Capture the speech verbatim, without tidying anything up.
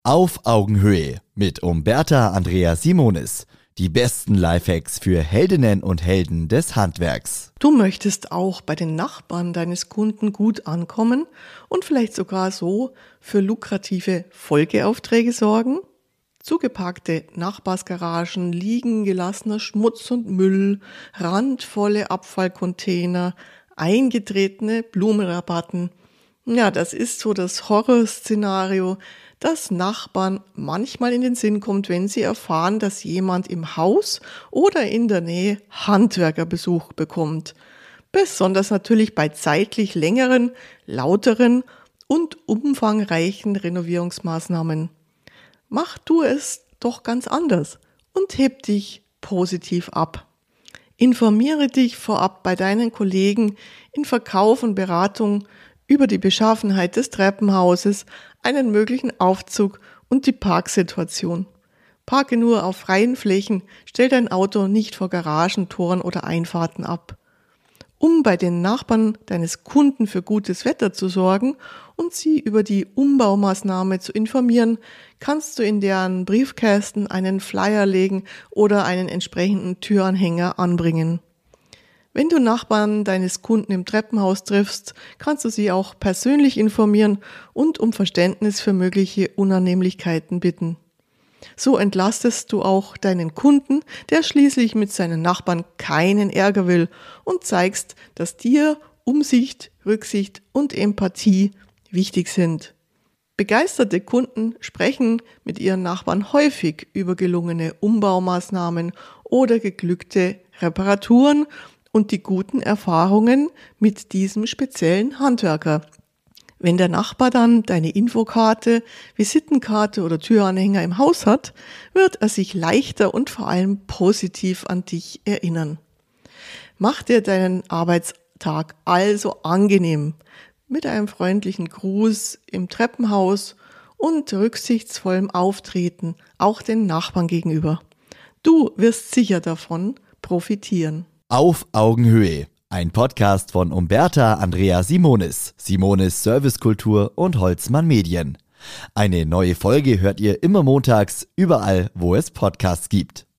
Auf Augenhöhe mit Umberta Andrea Simonis. Die besten Lifehacks für Heldinnen und Helden des Handwerks. Du möchtest auch bei den Nachbarn deines Kunden gut ankommen und vielleicht sogar so für lukrative Folgeaufträge sorgen? Zugepackte Nachbarsgaragen, liegen gelassener Schmutz und Müll, randvolle Abfallcontainer, eingetretene Blumenrabatten. Ja, das ist so das Horrorszenario, das Nachbarn manchmal in den Sinn kommt, wenn sie erfahren, dass jemand im Haus oder in der Nähe Handwerkerbesuch bekommt. Besonders natürlich bei zeitlich längeren, lauteren und umfangreichen Renovierungsmaßnahmen. Mach du es doch ganz anders und heb dich positiv ab. Informiere dich vorab bei deinen Kollegen in Verkauf und Beratung über die Beschaffenheit des Treppenhauses, einen möglichen Aufzug und die Parksituation. Parke nur auf freien Flächen, stell dein Auto nicht vor Garagentoren oder Einfahrten ab. Um bei den Nachbarn deines Kunden für gutes Wetter zu sorgen und sie über die Umbaumaßnahme zu informieren, kannst du in deren Briefkästen einen Flyer legen oder einen entsprechenden Türanhänger anbringen. Wenn du Nachbarn deines Kunden im Treppenhaus triffst, kannst du sie auch persönlich informieren und um Verständnis für mögliche Unannehmlichkeiten bitten. So entlastest du auch deinen Kunden, der schließlich mit seinen Nachbarn keinen Ärger will, und zeigst, dass dir Umsicht, Rücksicht und Empathie wichtig sind. Begeisterte Kunden sprechen mit ihren Nachbarn häufig über gelungene Umbaumaßnahmen oder geglückte Reparaturen und die guten Erfahrungen mit diesem speziellen Handwerker. Wenn der Nachbar dann deine Infokarte, Visitenkarte oder Türanhänger im Haus hat, wird er sich leichter und vor allem positiv an dich erinnern. Mach dir deinen Arbeitstag also angenehm mit einem freundlichen Gruß im Treppenhaus und rücksichtsvollem Auftreten, auch den Nachbarn gegenüber. Du wirst sicher davon profitieren. Auf Augenhöhe. Ein Podcast von Umberta Andrea Simonis, Simonis Servicekultur und Holzmann Medien. Eine neue Folge hört ihr immer montags, überall, wo es Podcasts gibt.